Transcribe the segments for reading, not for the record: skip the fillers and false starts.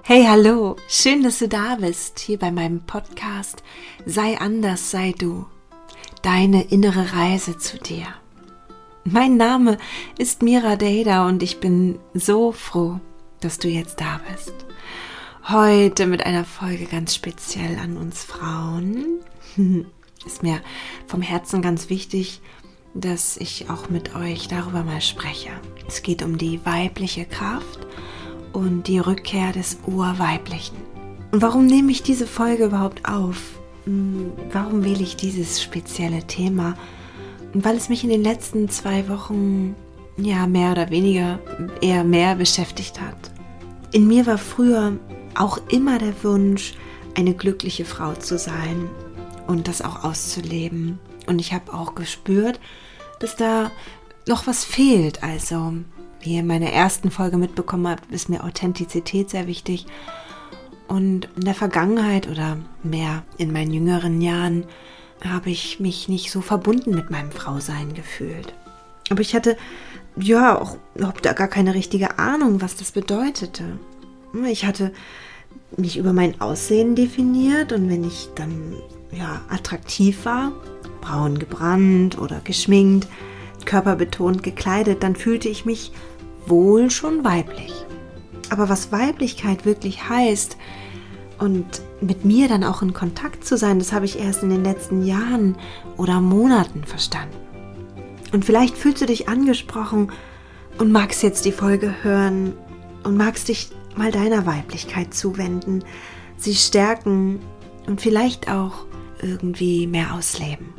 Hey, hallo, schön, dass du da bist, hier bei meinem Podcast Sei anders, sei du, deine innere Reise zu dir. Mein Name ist Mira Deda und ich bin so froh, dass du jetzt da bist. Heute mit einer Folge ganz speziell an uns Frauen. Ist mir vom Herzen ganz wichtig, dass ich auch mit euch darüber mal spreche. Es geht um die weibliche Kraft und die Rückkehr des Urweiblichen. Und warum nehme ich diese Folge überhaupt auf? Warum wähle ich dieses spezielle Thema? Und weil es mich in den letzten 2 Wochen mehr oder weniger eher mehr beschäftigt hat. In mir war früher auch immer der Wunsch, eine glückliche Frau zu sein und das auch auszuleben. Und ich habe auch gespürt, dass da noch was fehlt. Also, wie ihr in meiner ersten Folge mitbekommen habt, ist mir Authentizität sehr wichtig. Und in der Vergangenheit oder mehr in meinen jüngeren Jahren habe ich mich nicht so verbunden mit meinem Frausein gefühlt. Aber ich hatte auch überhaupt gar keine richtige Ahnung, was das bedeutete. Ich hatte mich über mein Aussehen definiert und wenn ich dann attraktiv war, braun gebrannt oder geschminkt, körperbetont gekleidet, dann fühlte ich mich wohl schon weiblich. Aber was Weiblichkeit wirklich heißt und mit mir dann auch in Kontakt zu sein, das habe ich erst in den letzten Jahren oder Monaten verstanden. Und vielleicht fühlst du dich angesprochen und magst jetzt die Folge hören und magst dich mal deiner Weiblichkeit zuwenden, sie stärken und vielleicht auch irgendwie mehr ausleben.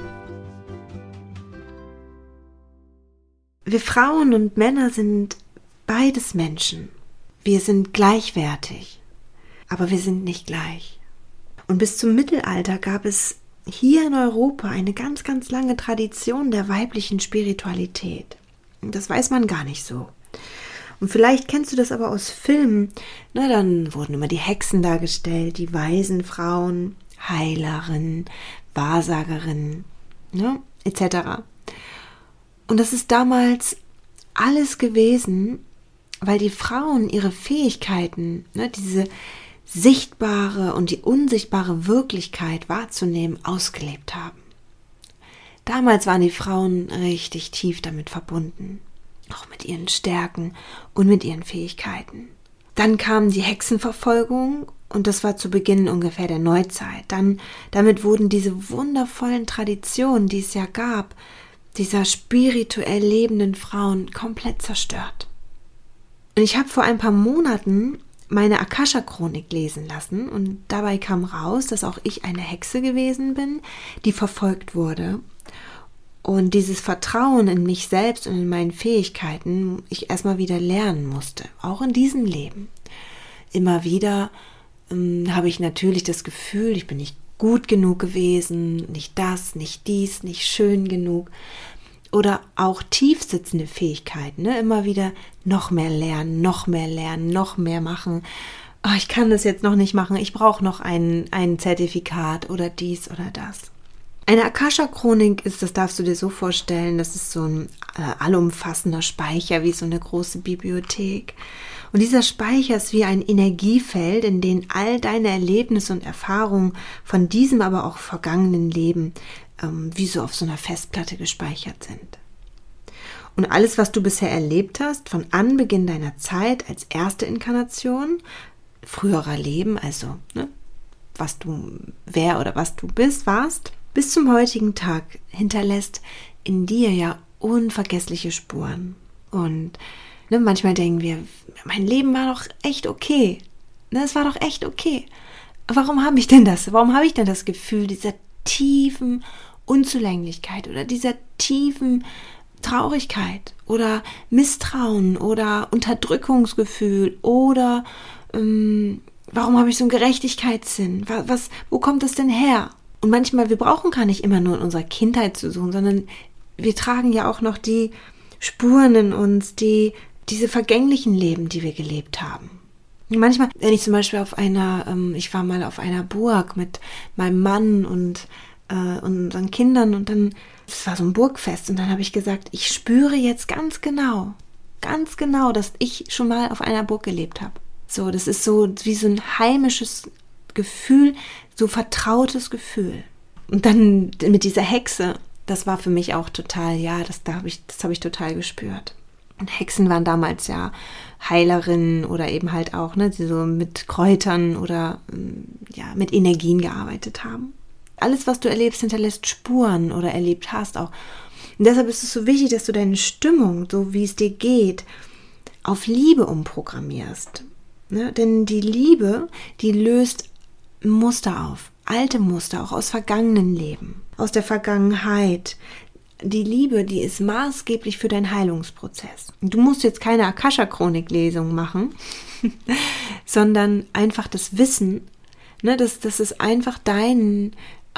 Wir Frauen und Männer sind beides Menschen. Wir sind gleichwertig, aber wir sind nicht gleich. Und bis zum Mittelalter gab es hier in Europa eine ganz, ganz lange Tradition der weiblichen Spiritualität. Das weiß man gar nicht so. Und vielleicht kennst du das aber aus Filmen. Dann wurden immer die Hexen dargestellt, die weisen Frauen, Heilerinnen, Wahrsagerinnen, etc. Und das ist damals alles gewesen, weil die Frauen ihre Fähigkeiten, diese sichtbare und die unsichtbare Wirklichkeit wahrzunehmen, ausgelebt haben. Damals waren die Frauen richtig tief damit verbunden, auch mit ihren Stärken und mit ihren Fähigkeiten. Dann kam die Hexenverfolgung und das war zu Beginn ungefähr der Neuzeit. Damit wurden diese wundervollen Traditionen, die es ja gab, dieser spirituell lebenden Frauen komplett zerstört. Und ich habe vor ein paar Monaten meine Akasha-Chronik lesen lassen und dabei kam raus, dass auch ich eine Hexe gewesen bin, die verfolgt wurde. Und dieses Vertrauen in mich selbst und in meinen Fähigkeiten ich erstmal wieder lernen musste, auch in diesem Leben. Immer wieder habe ich natürlich das Gefühl, ich bin nicht gut genug gewesen, nicht das, nicht dies, nicht schön genug. Oder auch tiefsitzende Fähigkeiten, immer wieder noch mehr lernen, noch mehr machen. Oh, ich kann das jetzt noch nicht machen, ich brauche noch ein Zertifikat oder dies oder das. Eine Akasha-Chronik ist, das darfst du dir so vorstellen, das ist so ein allumfassender Speicher, wie so eine große Bibliothek. Und dieser Speicher ist wie ein Energiefeld, in dem all deine Erlebnisse und Erfahrungen von diesem, aber auch vergangenen Leben wie so auf so einer Festplatte gespeichert sind. Und alles, was du bisher erlebt hast, von Anbeginn deiner Zeit als erste Inkarnation, früherer Leben, also was du wer oder was du warst, bis zum heutigen Tag hinterlässt in dir ja unvergessliche Spuren. Und manchmal denken wir, mein Leben war doch echt okay. Es war doch echt okay. Warum habe ich denn das? Warum habe ich denn das Gefühl dieser tiefen Unzulänglichkeit oder dieser tiefen Traurigkeit oder Misstrauen oder Unterdrückungsgefühl oder warum habe ich so einen Gerechtigkeitssinn? Wo kommt das denn her? Und manchmal, wir brauchen gar nicht immer nur in unserer Kindheit zu suchen, sondern wir tragen ja auch noch die Spuren in uns, diese vergänglichen Leben, die wir gelebt haben. Und manchmal, wenn ich zum Beispiel ich war mal auf einer Burg mit meinem Mann und unseren Kindern und dann, es war so ein Burgfest und dann habe ich gesagt, ich spüre jetzt ganz genau, dass ich schon mal auf einer Burg gelebt habe. So, das ist so wie so ein heimisches Gefühl, so vertrautes Gefühl. Und dann mit dieser Hexe, das war für mich auch total, das habe ich total gespürt. Und Hexen waren damals ja Heilerinnen oder eben halt auch, die so mit Kräutern oder mit Energien gearbeitet haben. Alles, was du erlebst, hinterlässt Spuren oder erlebt hast auch. Und deshalb ist es so wichtig, dass du deine Stimmung, so wie es dir geht, auf Liebe umprogrammierst. Denn die Liebe, die löst Muster auf, alte Muster, auch aus vergangenen Leben, aus der Vergangenheit. Die Liebe, die ist maßgeblich für deinen Heilungsprozess. Du musst jetzt keine Akasha-Chronik-Lesung machen, sondern einfach das Wissen, dass es einfach dein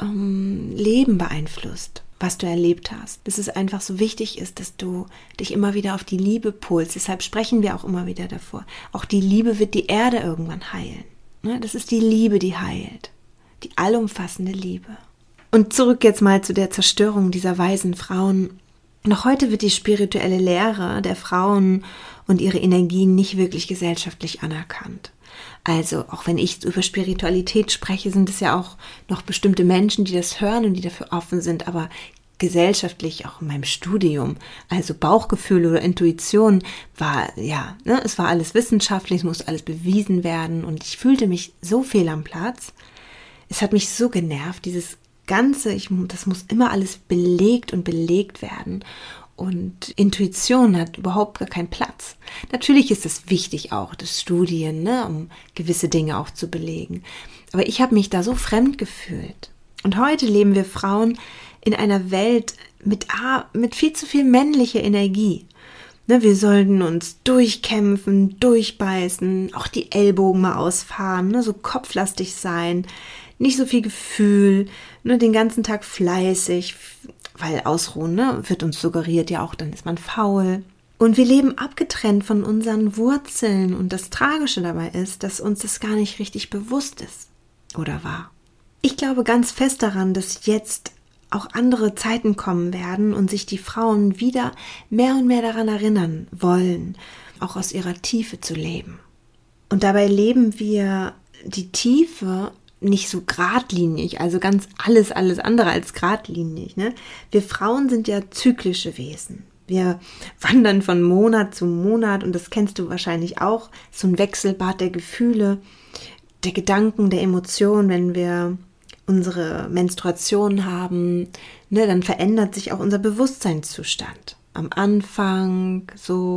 Leben beeinflusst, was du erlebt hast. Dass es einfach so wichtig ist, dass du dich immer wieder auf die Liebe polst. Deshalb sprechen wir auch immer wieder davor. Auch die Liebe wird die Erde irgendwann heilen. Das ist die Liebe, die heilt. Die allumfassende Liebe. Und zurück jetzt mal zu der Zerstörung dieser weisen Frauen. Noch heute wird die spirituelle Lehre der Frauen und ihre Energien nicht wirklich gesellschaftlich anerkannt. Also auch wenn ich über Spiritualität spreche, sind es ja auch noch bestimmte Menschen, die das hören und die dafür offen sind, aber gesellschaftlich, auch in meinem Studium, also Bauchgefühl oder Intuition war, es war alles wissenschaftlich, es musste alles bewiesen werden und ich fühlte mich so fehl am Platz. Es hat mich so genervt, dieses Ganze, das muss immer alles belegt und belegt werden. Und Intuition hat überhaupt gar keinen Platz. Natürlich ist es wichtig auch, das Studien, um gewisse Dinge auch zu belegen. Aber ich habe mich da so fremd gefühlt. Und heute leben wir Frauen in einer Welt mit viel zu viel männlicher Energie. Wir sollten uns durchkämpfen, durchbeißen, auch die Ellbogen mal ausfahren, so kopflastig sein, nicht so viel Gefühl, den ganzen Tag fleißig, weil Ausruhen wird uns suggeriert ja auch, dann ist man faul. Und wir leben abgetrennt von unseren Wurzeln und das Tragische dabei ist, dass uns das gar nicht richtig bewusst ist oder war. Ich glaube ganz fest daran, dass jetzt auch andere Zeiten kommen werden und sich die Frauen wieder mehr und mehr daran erinnern wollen, auch aus ihrer Tiefe zu leben. Und dabei leben wir die Tiefe nicht so geradlinig, also ganz alles andere als geradlinig. Wir Frauen sind ja zyklische Wesen. Wir wandern von Monat zu Monat und das kennst du wahrscheinlich auch, so ein Wechselbad der Gefühle, der Gedanken, der Emotionen. Wenn wir unsere Menstruation haben, dann verändert sich auch unser Bewusstseinszustand. Am Anfang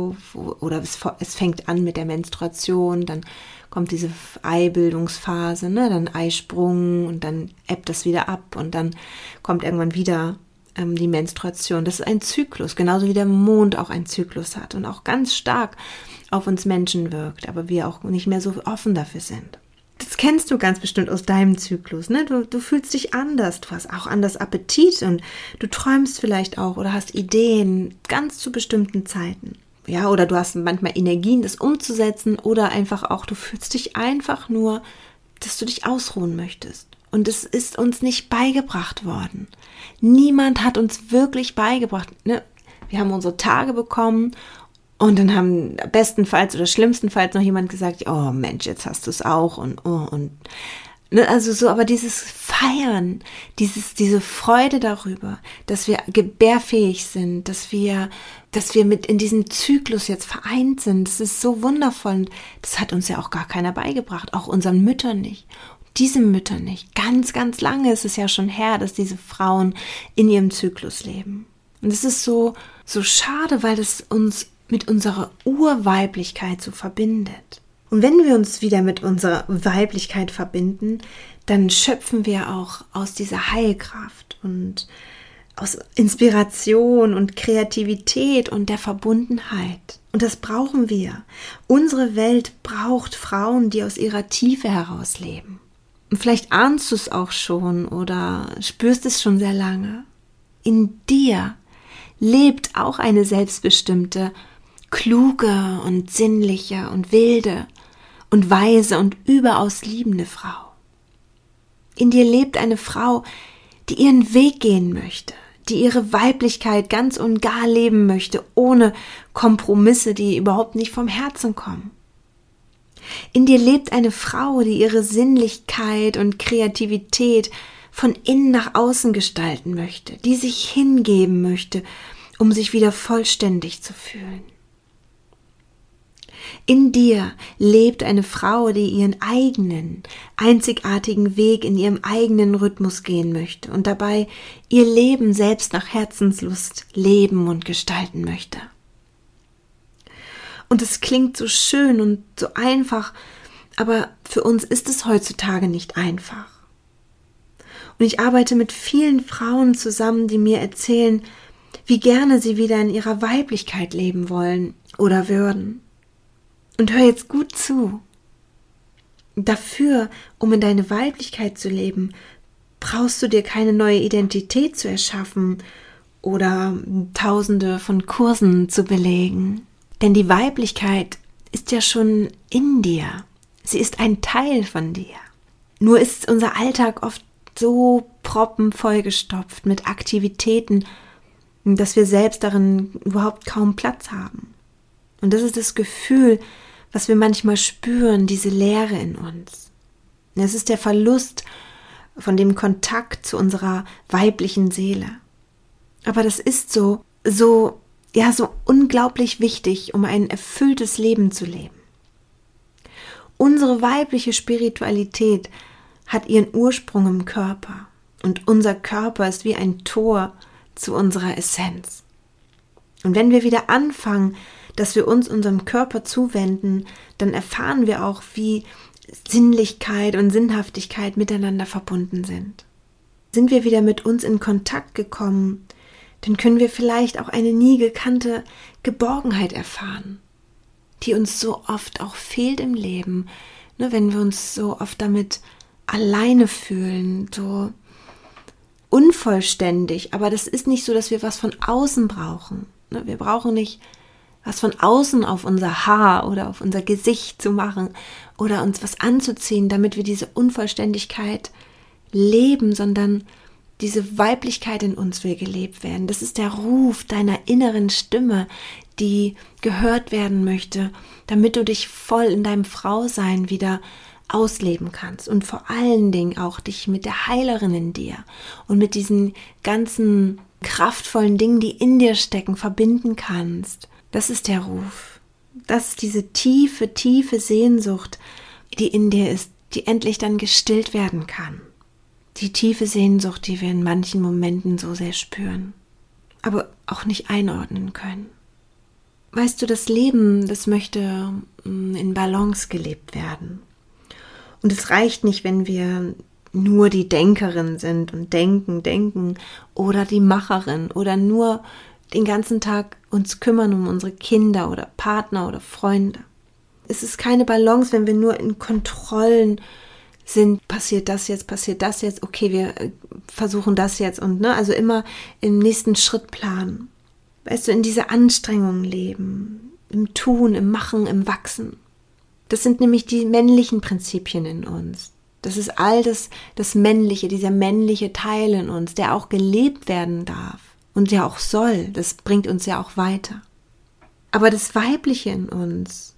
es fängt an mit der Menstruation, dann kommt diese Eibildungsphase, dann Eisprung und dann ebbt das wieder ab und dann kommt irgendwann wieder die Menstruation. Das ist ein Zyklus, genauso wie der Mond auch einen Zyklus hat und auch ganz stark auf uns Menschen wirkt, aber wir auch nicht mehr so offen dafür sind. Das kennst du ganz bestimmt aus deinem Zyklus, Du fühlst dich anders, du hast auch anders Appetit und du träumst vielleicht auch oder hast Ideen ganz zu bestimmten Zeiten. Ja, oder du hast manchmal Energien, das umzusetzen oder einfach auch, du fühlst dich einfach nur, dass du dich ausruhen möchtest. Und es ist uns nicht beigebracht worden. Niemand hat uns wirklich beigebracht. Wir haben unsere Tage bekommen und dann haben bestenfalls oder schlimmstenfalls noch jemand gesagt, oh Mensch, jetzt hast du es auch also so, aber dieses Feiern, diese Freude darüber, dass wir gebärfähig sind, dass wir mit in diesem Zyklus jetzt vereint sind, das ist so wundervoll und das hat uns ja auch gar keiner beigebracht, auch unseren Müttern nicht, diesen Müttern nicht. Ganz, ganz lange ist es ja schon her, dass diese Frauen in ihrem Zyklus leben. Und es ist so schade, weil das uns mit unserer Urweiblichkeit so verbindet. Und wenn wir uns wieder mit unserer Weiblichkeit verbinden, dann schöpfen wir auch aus dieser Heilkraft und aus Inspiration und Kreativität und der Verbundenheit. Und das brauchen wir. Unsere Welt braucht Frauen, die aus ihrer Tiefe heraus leben. Und vielleicht ahnst du es auch schon oder spürst es schon sehr lange. In dir lebt auch eine selbstbestimmte, kluge und sinnliche und wilde und weise und überaus liebende Frau. In dir lebt eine Frau, die ihren Weg gehen möchte, die ihre Weiblichkeit ganz und gar leben möchte, ohne Kompromisse, die überhaupt nicht vom Herzen kommen. In dir lebt eine Frau, die ihre Sinnlichkeit und Kreativität von innen nach außen gestalten möchte, die sich hingeben möchte, um sich wieder vollständig zu fühlen. In dir lebt eine Frau, die ihren eigenen, einzigartigen Weg in ihrem eigenen Rhythmus gehen möchte und dabei ihr Leben selbst nach Herzenslust leben und gestalten möchte. Und es klingt so schön und so einfach, aber für uns ist es heutzutage nicht einfach. Und ich arbeite mit vielen Frauen zusammen, die mir erzählen, wie gerne sie wieder in ihrer Weiblichkeit leben wollen oder würden. Und hör jetzt gut zu. Dafür, um in deine Weiblichkeit zu leben, brauchst du dir keine neue Identität zu erschaffen oder Tausende von Kursen zu belegen. Denn die Weiblichkeit ist ja schon in dir. Sie ist ein Teil von dir. Nur ist unser Alltag oft so proppenvoll gestopft mit Aktivitäten, dass wir selbst darin überhaupt kaum Platz haben. Und das ist das Gefühl, was wir manchmal spüren, diese Leere in uns. Es ist der Verlust von dem Kontakt zu unserer weiblichen Seele. Aber das ist so unglaublich wichtig, um ein erfülltes Leben zu leben. Unsere weibliche Spiritualität hat ihren Ursprung im Körper und unser Körper ist wie ein Tor zu unserer Essenz. Und wenn wir wieder anfangen, dass wir uns unserem Körper zuwenden, dann erfahren wir auch, wie Sinnlichkeit und Sinnhaftigkeit miteinander verbunden sind. Sind wir wieder mit uns in Kontakt gekommen, dann können wir vielleicht auch eine nie gekannte Geborgenheit erfahren, die uns so oft auch fehlt im Leben, wenn wir uns so oft damit alleine fühlen, so unvollständig. Aber das ist nicht so, dass wir was von außen brauchen. Wir brauchen nicht was von außen auf unser Haar oder auf unser Gesicht zu machen oder uns was anzuziehen, damit wir diese Unvollständigkeit leben, sondern diese Weiblichkeit in uns will gelebt werden. Das ist der Ruf deiner inneren Stimme, die gehört werden möchte, damit du dich voll in deinem Frausein wieder ausleben kannst und vor allen Dingen auch dich mit der Heilerin in dir und mit diesen ganzen kraftvollen Dingen, die in dir stecken, verbinden kannst. Das ist der Ruf. Das ist diese tiefe, tiefe Sehnsucht, die in dir ist, die endlich dann gestillt werden kann. Die tiefe Sehnsucht, die wir in manchen Momenten so sehr spüren, aber auch nicht einordnen können. Weißt du, das Leben, das möchte in Balance gelebt werden. Und es reicht nicht, wenn wir nur die Denkerin sind und denken oder die Macherin oder nur den ganzen Tag uns kümmern um unsere Kinder oder Partner oder Freunde. Es ist keine Balance, wenn wir nur in Kontrollen sind, passiert das jetzt, okay, wir versuchen das jetzt und also immer im nächsten Schritt planen. Weißt du, in dieser Anstrengung leben, im Tun, im Machen, im Wachsen. Das sind nämlich die männlichen Prinzipien in uns. Das ist all das Männliche, dieser männliche Teil in uns, der auch gelebt werden darf und ja auch soll. Das bringt uns ja auch weiter. Aber das Weibliche in uns,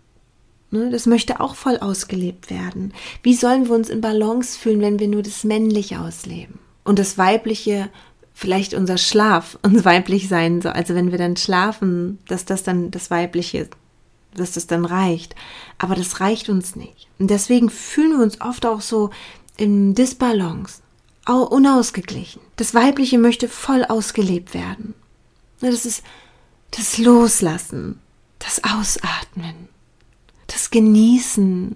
das möchte auch voll ausgelebt werden. Wie sollen wir uns in Balance fühlen, wenn wir nur das Männliche ausleben? Und das Weibliche, vielleicht unser Schlaf, uns weiblich sein soll. Also wenn wir dann schlafen, dass das dann das Weibliche, dass das dann reicht. Aber das reicht uns nicht. Und deswegen fühlen wir uns oft auch so in Disbalance, unausgeglichen. Das Weibliche möchte voll ausgelebt werden. Das ist das Loslassen, das Ausatmen, das Genießen,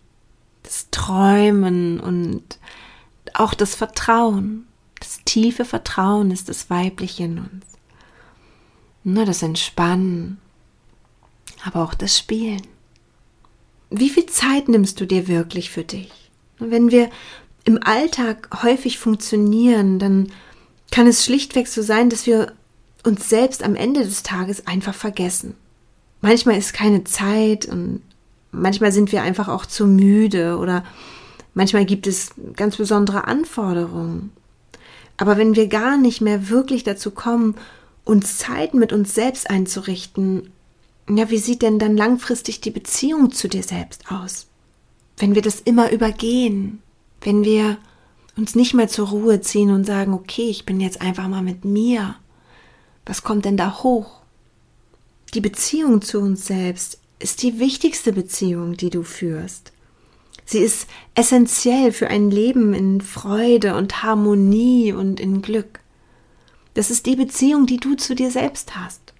das Träumen und auch das Vertrauen. Das tiefe Vertrauen ist das Weibliche in uns. Das Entspannen, aber auch das Spielen. Wie viel Zeit nimmst du dir wirklich für dich? Wenn wir im Alltag häufig funktionieren, dann kann es schlichtweg so sein, dass wir uns selbst am Ende des Tages einfach vergessen. Manchmal ist keine Zeit und manchmal sind wir einfach auch zu müde oder manchmal gibt es ganz besondere Anforderungen. Aber wenn wir gar nicht mehr wirklich dazu kommen, uns Zeit mit uns selbst einzurichten, wie sieht denn dann langfristig die Beziehung zu dir selbst aus? wenn wir das immer übergehen, wenn wir uns nicht mehr zur Ruhe ziehen und sagen, okay, ich bin jetzt einfach mal mit mir. Was kommt denn da hoch? Die Beziehung zu uns selbst ist die wichtigste Beziehung, die du führst. Sie ist essentiell für ein Leben in Freude und Harmonie und in Glück. Das ist die Beziehung, die du zu dir selbst hast.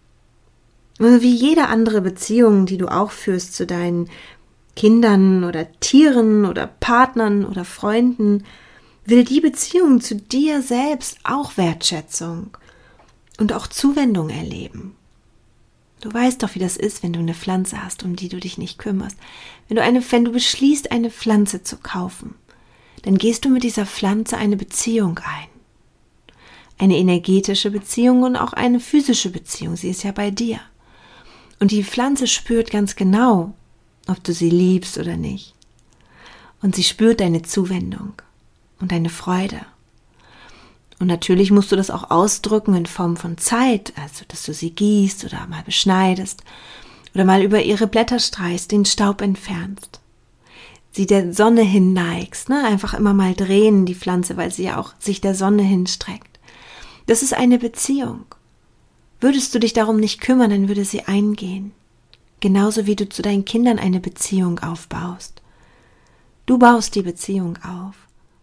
Und wie jede andere Beziehung, die du auch führst zu deinen Kindern oder Tieren oder Partnern oder Freunden, will die Beziehung zu dir selbst auch Wertschätzung und auch Zuwendung erleben. Du weißt doch, wie das ist, wenn du eine Pflanze hast, um die du dich nicht kümmerst. Wenn du beschließt, eine Pflanze zu kaufen, dann gehst du mit dieser Pflanze eine Beziehung ein. Eine energetische Beziehung und auch eine physische Beziehung. Sie ist ja bei dir. Und die Pflanze spürt ganz genau, ob du sie liebst oder nicht. Und sie spürt deine Zuwendung und deine Freude. Und natürlich musst du das auch ausdrücken in Form von Zeit, also dass du sie gießt oder mal beschneidest oder mal über ihre Blätter streichst, den Staub entfernst. Sie der Sonne hinneigst, einfach immer mal drehen die Pflanze, weil sie ja auch sich der Sonne hinstreckt. Das ist eine Beziehung. Würdest du dich darum nicht kümmern, dann würde sie eingehen. Genauso wie du zu deinen Kindern eine Beziehung aufbaust. Du baust die Beziehung auf.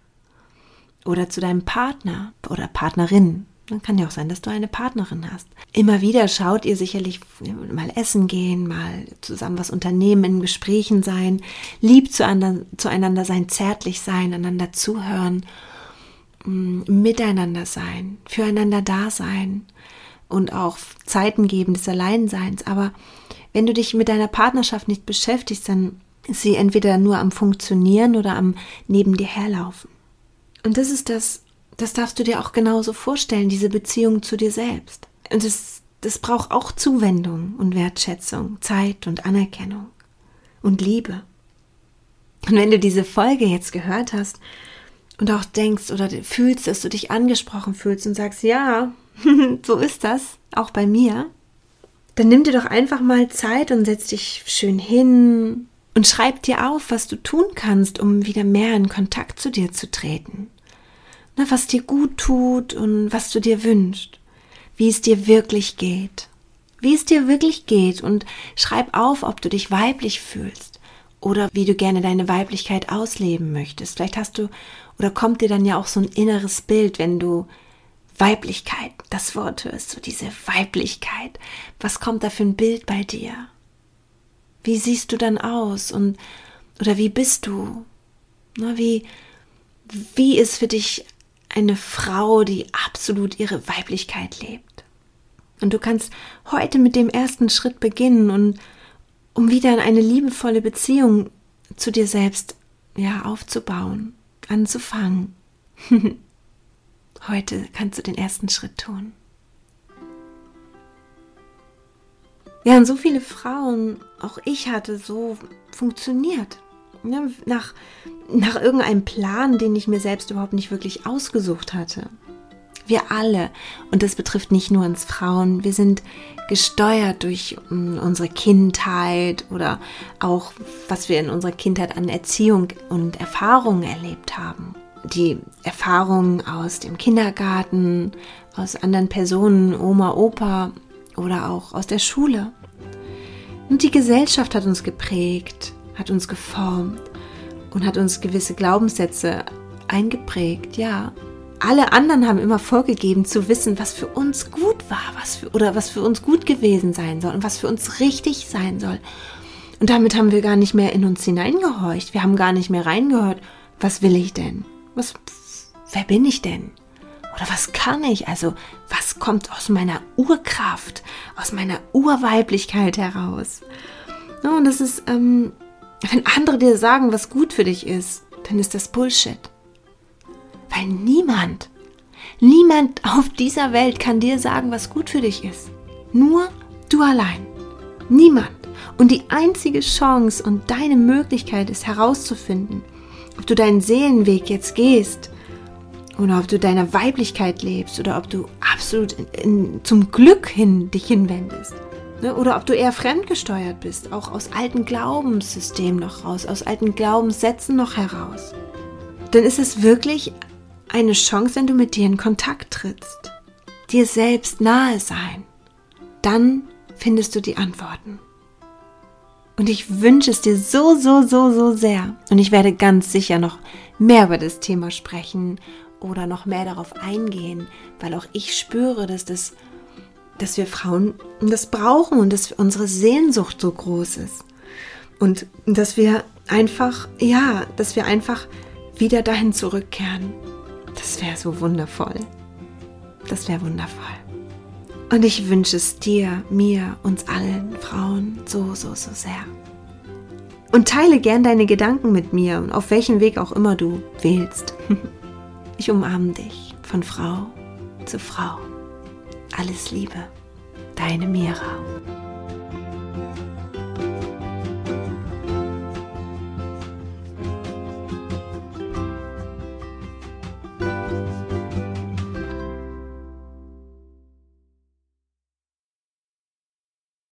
Oder zu deinem Partner oder Partnerin. Dann kann ja auch sein, dass du eine Partnerin hast. Immer wieder schaut ihr sicherlich mal essen gehen, mal zusammen was unternehmen, in Gesprächen sein, lieb zueinander sein, zärtlich sein, einander zuhören, miteinander sein, füreinander da sein und auch Zeiten geben des Alleinseins. Aber wenn du dich mit deiner Partnerschaft nicht beschäftigst, dann ist sie entweder nur am Funktionieren oder am neben dir herlaufen. Und das darfst du dir auch genauso vorstellen, diese Beziehung zu dir selbst. Und das braucht auch Zuwendung und Wertschätzung, Zeit und Anerkennung und Liebe. Und wenn du diese Folge jetzt gehört hast und auch denkst oder fühlst, dass du dich angesprochen fühlst und sagst, ja, so ist das, auch bei mir, dann nimm dir doch einfach mal Zeit und setz dich schön hin und schreib dir auf, was du tun kannst, um wieder mehr in Kontakt zu dir zu treten. Was dir gut tut und was du dir wünschst. Wie es dir wirklich geht. Wie es dir wirklich geht und schreib auf, ob du dich weiblich fühlst oder wie du gerne deine Weiblichkeit ausleben möchtest. Vielleicht hast du oder kommt dir dann ja auch so ein inneres Bild, wenn du Weiblichkeit, das Wort hörst, so diese Weiblichkeit. Was kommt da für ein Bild bei dir? Wie siehst du dann aus oder wie bist du? Wie ist für dich eine Frau, die absolut ihre Weiblichkeit lebt? Und du kannst heute mit dem ersten Schritt beginnen und um wieder eine liebevolle Beziehung zu dir selbst aufzubauen, anzufangen. Heute kannst du den ersten Schritt tun. Ja, und so viele Frauen, auch ich hatte so funktioniert. Ja, nach irgendeinem Plan, den ich mir selbst überhaupt nicht wirklich ausgesucht hatte. Wir alle, und das betrifft nicht nur uns Frauen, wir sind gesteuert durch unsere Kindheit oder auch, was wir in unserer Kindheit an Erziehung und Erfahrungen erlebt haben. Die Erfahrungen aus dem Kindergarten, aus anderen Personen, Oma, Opa oder auch aus der Schule. Und die Gesellschaft hat uns geprägt, hat uns geformt und hat uns gewisse Glaubenssätze eingeprägt, ja. Alle anderen haben immer vorgegeben zu wissen, was für uns gut war, was für uns gut gewesen sein soll und was für uns richtig sein soll. Und damit haben wir gar nicht mehr in uns hineingehorcht. Wir haben gar nicht mehr reingehört, was will ich denn? Wer bin ich denn? Oder was kann ich? Also, was kommt aus meiner Urkraft, aus meiner Urweiblichkeit heraus? Ja, und das ist, wenn andere dir sagen, was gut für dich ist, dann ist das Bullshit. Weil niemand auf dieser Welt kann dir sagen, was gut für dich ist. Nur du allein. Niemand. Und die einzige Chance und deine Möglichkeit ist herauszufinden, ob du deinen Seelenweg jetzt gehst oder ob du deiner Weiblichkeit lebst oder ob du absolut zum Glück dich hinwendest. Ne? Oder ob du eher fremdgesteuert bist, auch aus alten Glaubenssystemen noch raus, aus alten Glaubenssätzen noch heraus. Dann ist es wirklich eine Chance, wenn du mit dir in Kontakt trittst. Dir selbst nahe sein. Dann findest du die Antworten. Und ich wünsche es dir so, so, so, so sehr. Und ich werde ganz sicher noch mehr über das Thema sprechen oder noch mehr darauf eingehen, weil auch ich spüre, dass wir Frauen das brauchen und dass unsere Sehnsucht so groß ist. Und dass wir einfach wieder dahin zurückkehren. Das wäre so wundervoll. Das wäre wundervoll. Und ich wünsche es dir, mir, uns allen Frauen so, so, so sehr. Und teile gern deine Gedanken mit mir, auf welchen Weg auch immer du wählst. Ich umarme dich von Frau zu Frau. Alles Liebe, deine Mira.